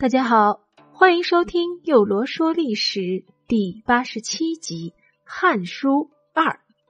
大家好，欢迎收听幼罗说历史第87集《汉书2》。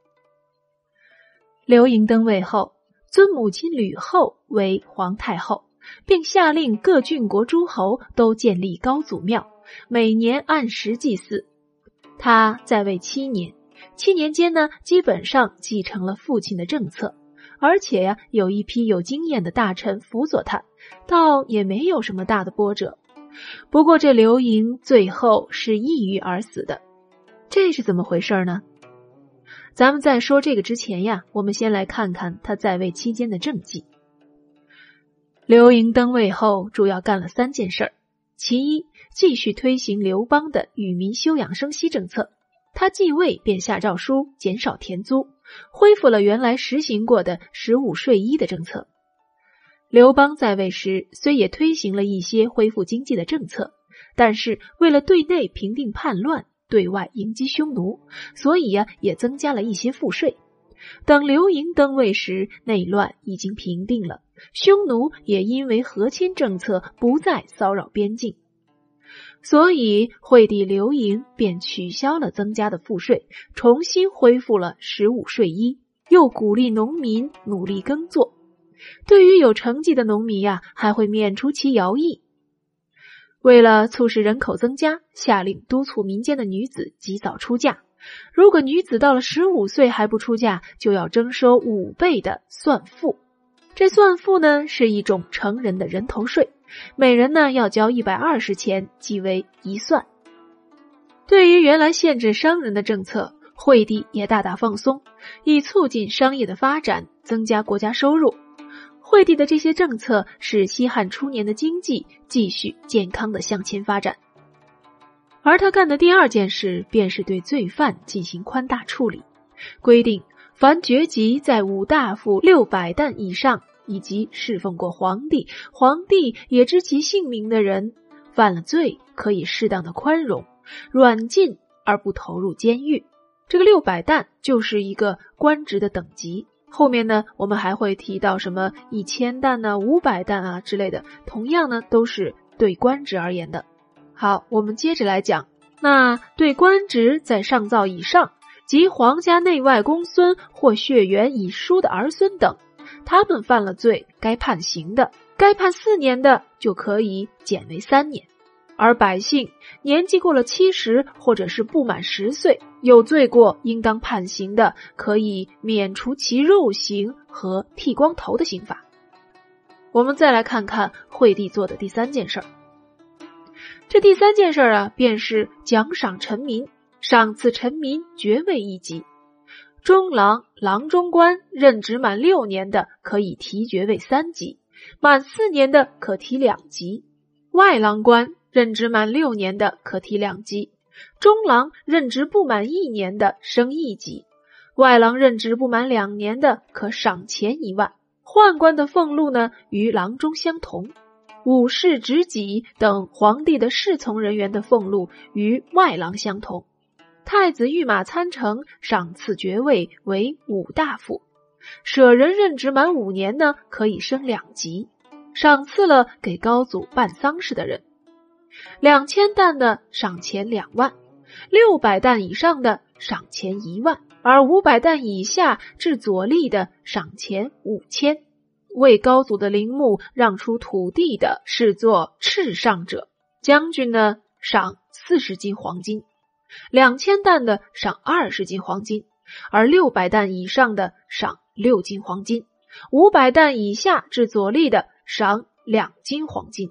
刘盈登位后，尊母亲吕后为皇太后，并下令各郡国诸侯都建立高祖庙，每年按时祭祀。他在位7年，7年间呢，基本上继承了父亲的政策，而且有一批有经验的大臣辅佐他，倒也没有什么大的波折。不过这刘盈最后是抑郁而死的，这是怎么回事呢？咱们在说这个之前呀，我们先来看看他在位期间的政绩。刘盈登位后主要干了3件事。其一，继续推行刘邦的与民休养生息政策。他继位便下诏书减少田租，恢复了原来实行过的15税1的政策。刘邦在位时虽也推行了一些恢复经济的政策，但是为了对内平定叛乱，对外迎击匈奴，所以也增加了一些赋税。等刘盈登位时，内乱已经平定了，匈奴也因为和亲政策不再骚扰边境，所以惠帝刘盈便取消了增加的赋税，重新恢复了15税1，又鼓励农民努力耕作。对于有成绩的农民还会免除其徭役。为了促使人口增加，下令督促民间的女子及早出嫁。如果女子到了15岁还不出嫁，就要征收5倍的算赋。这算赋呢，是一种成人的人头税，每人呢要交120钱，即为1算。对于原来限制商人的政策，惠帝也大大放松，以促进商业的发展，增加国家收入。惠帝的这些政策使西汉初年的经济继续健康地向前发展。而他干的第2件事便是对罪犯进行宽大处理，规定凡爵级在5大夫600担以上，以及侍奉过皇帝，皇帝也知其姓名的人，犯了罪可以适当的宽容，软禁而不投入监狱。这个600担就是一个官职的等级。后面呢，我们还会提到什么1000担500担之类的，同样呢都是对官职而言的。好，我们接着来讲，那对官职在上造以上，及皇家内外公孙或血缘已疏的儿孙等，他们犯了罪该判刑的，该判4年的就可以减为3年。而百姓年纪过了70或者是不满10岁，有罪过应当判刑的，可以免除其肉刑和剃光头的刑罚。我们再来看看惠帝做的第3件事。这第3件事便是奖赏臣民，赏赐臣民爵位1级。中郎、郎中官任职满6年的可以提爵位3级，满4年的可提2级。外郎官任职满6年的可提2级，中郎任职不满1年的升1级，外郎任职不满2年的可赏钱1万。宦官的俸禄呢，与郎中相同。武士、执戟等皇帝的侍从人员的俸禄与外郎相同。太子御马参乘赏赐爵位为5大夫。舍人任职满5年呢，可以升2级，赏赐了给高祖办丧事的人。2000担的赏钱2万，600担以上的赏钱1万，而500担以下至左吏的赏钱5000。为高祖的陵墓让出土地的视作敕上者，将军呢赏40斤黄金，2000担的赏20斤黄金，而600担以上的赏6斤黄金，500担以下至左吏的赏2斤黄金。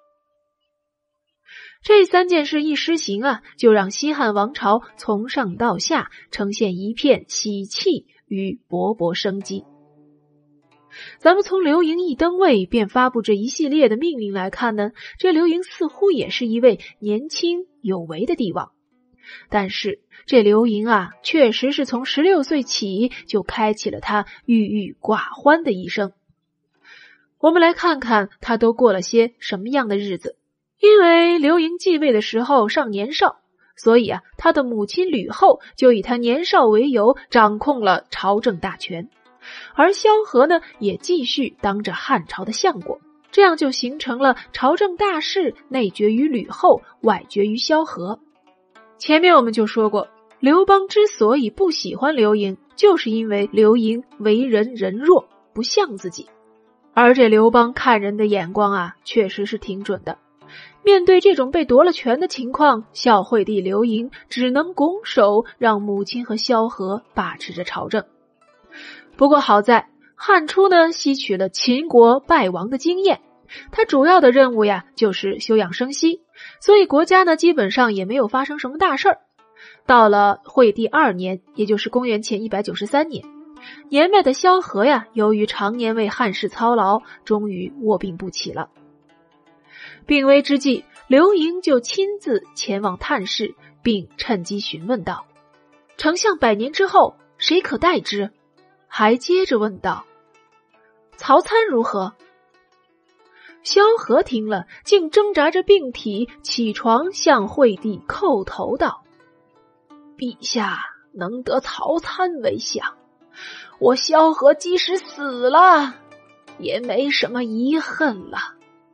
这3件事一施行就让西汉王朝从上到下呈现一片喜气与勃勃生机。咱们从刘盈一登位便发布这一系列的命令来看呢，这刘盈似乎也是一位年轻有为的帝王。但是这刘盈确实是从16岁起就开启了他郁郁寡欢的一生。我们来看看他都过了些什么样的日子。因为刘盈继位的时候尚年少，所以他的母亲吕后就以他年少为由掌控了朝政大权。而萧何呢，也继续当着汉朝的相国， 这样就形成了朝政大事内决于吕后，外决于萧何。前面我们就说过，刘邦之所以不喜欢刘盈，就是因为刘盈为人仁弱，不像自己。而这刘邦看人的眼光啊，确实是挺准的。面对这种被夺了权的情况，孝惠帝刘盈只能拱手让母亲和萧何把持着朝政。不过好在汉初呢，吸取了秦国败亡的经验，他主要的任务呀就是休养生息，所以国家呢基本上也没有发生什么大事儿。到了惠帝2年，也就是公元前193年，年迈的萧何呀，由于常年为汉室操劳，终于卧病不起了。病危之际，刘盈就亲自前往探视，并趁机询问道：“丞相100年之后，谁可代之？”还接着问道：“曹参如何？”萧何听了，竟挣扎着病体起床，向惠帝叩头道：“陛下能得曹参为相，我萧何即使死了，也没什么遗恨了。”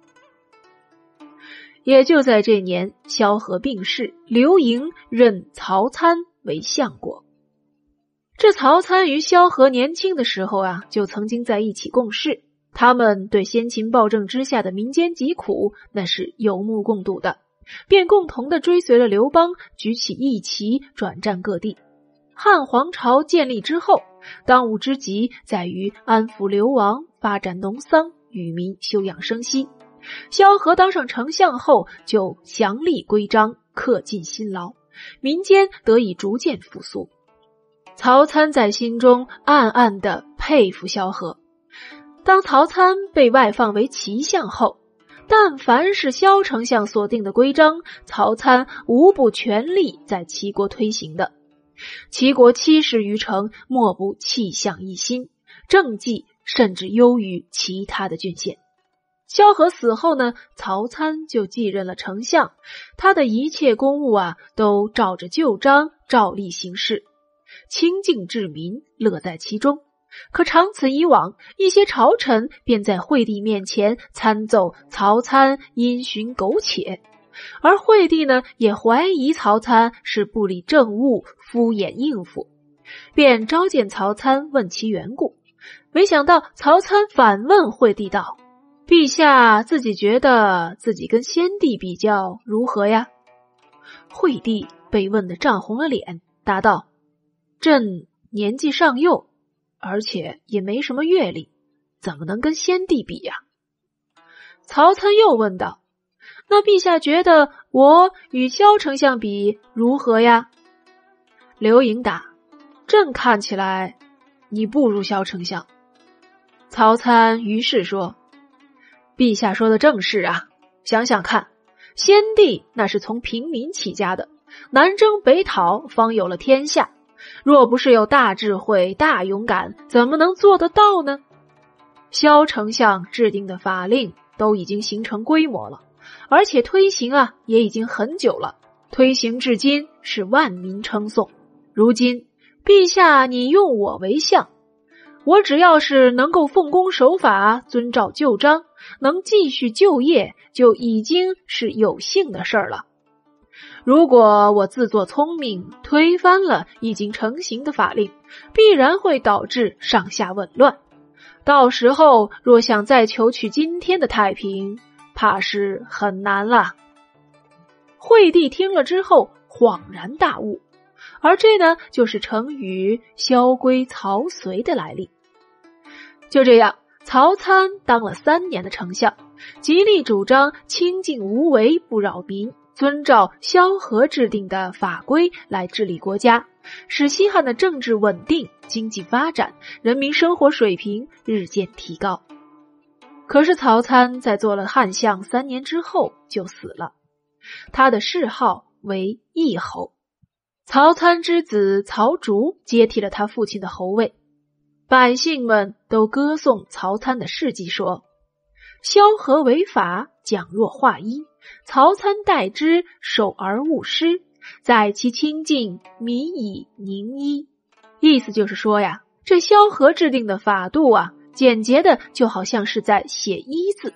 也就在这年，萧何病逝，刘盈任曹参为相国。这曹参与萧何年轻的时候啊，就曾经在一起共事，他们对先秦暴政之下的民间疾苦那是有目共睹的，便共同的追随了刘邦，举起义旗，转战各地。汉皇朝建立之后，当务之急在于安抚流亡，发展农桑，与民休养生息。萧何当上丞相后，就详立规章，恪尽辛劳，民间得以逐渐复苏。曹参在心中暗暗地佩服萧何。当曹参被外放为齐相后，但凡是萧丞相所定的规章，曹参无不全力在齐国推行的。齐国70余城，莫不气象一新，政绩甚至优于其他的郡县。萧何死后呢，曹参就继任了丞相，他的一切公务啊，都照着旧章照例行事，清静治民，乐在其中。可长此以往，一些朝臣便在惠帝面前参奏曹参因循苟且，而惠帝呢，也怀疑曹参是不理政务，敷衍应付，便召见曹参问其缘故。没想到曹参反问惠帝道：“陛下自己觉得自己跟先帝比较如何呀？”惠帝被问得涨红了脸，答道：“朕年纪尚幼，而且也没什么阅历，怎么能跟先帝比呀？”曹参又问道：“那陛下觉得我与萧丞相比如何呀？”刘盈答：“朕看起来你不如萧丞相。”曹参于是说：“陛下说的正是啊，想想看，先帝那是从平民起家的，南征北讨，方有了天下。若不是有大智慧、大勇敢，怎么能做得到呢？萧丞相制定的法令都已经形成规模了，而且推行啊也已经很久了，推行至今是万民称颂。如今陛下你用我为相，我只要是能够奉公守法，遵照旧章，能继续就业，就已经是有幸的事儿了。如果我自作聪明，推翻了已经成型的法令，必然会导致上下紊乱。到时候若想再求取今天的太平，怕是很难了。”惠帝听了之后恍然大悟，而这呢，就是成语“萧规曹随”的来历。就这样，曹参当了3年的丞相，极力主张清静无为，不扰民，遵照萧何制定的法规来治理国家，使西汉的政治稳定，经济发展，人民生活水平日渐提高。可是曹参在做了汉相3年之后就死了，他的谥号为义侯。曹参之子曹竹接替了他父亲的侯位。百姓们都歌颂曹参的事迹，说：“萧何为法，讲若画一；曹参代之，守而勿失。在其清净，民以宁一。”意思就是说呀，这萧何制定的法度啊，简洁的就好像是在写一字，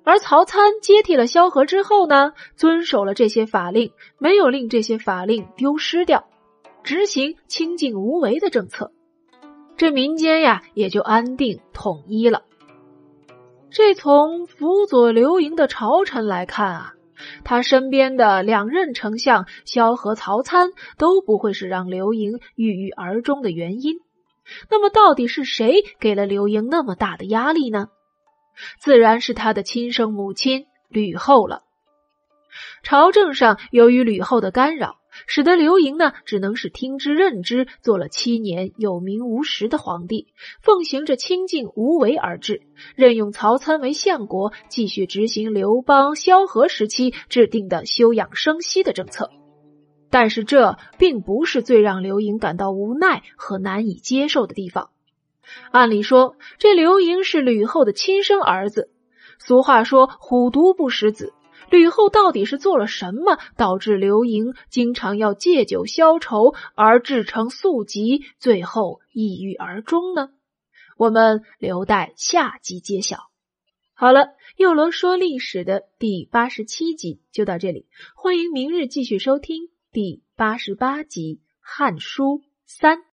而曹参接替了萧何之后呢，遵守了这些法令，没有令这些法令丢失掉，执行清静无为的政策，这民间呀也就安定统一了。这从辅佐刘盈的朝臣来看啊，他身边的2任丞相萧何、曹参都不会是让刘盈郁郁而终的原因。那么到底是谁给了刘盈那么大的压力呢？自然是他的亲生母亲吕后了。朝政上由于吕后的干扰，使得刘盈呢只能是听之任之，做了7年有名无实的皇帝，奉行着清静无为而治，任用曹参为相国，继续执行刘邦、萧何时期制定的休养生息的政策。但是这并不是最让刘盈感到无奈和难以接受的地方。按理说，这刘盈是吕后的亲生儿子，俗话说虎毒不食子，吕后到底是做了什么，导致刘盈经常要借酒消愁，而制成宿疾，最后抑郁而终呢？我们留待下集揭晓。好了，幼罗说历史的第87集就到这里，欢迎明日继续收听第88集《汉书3》。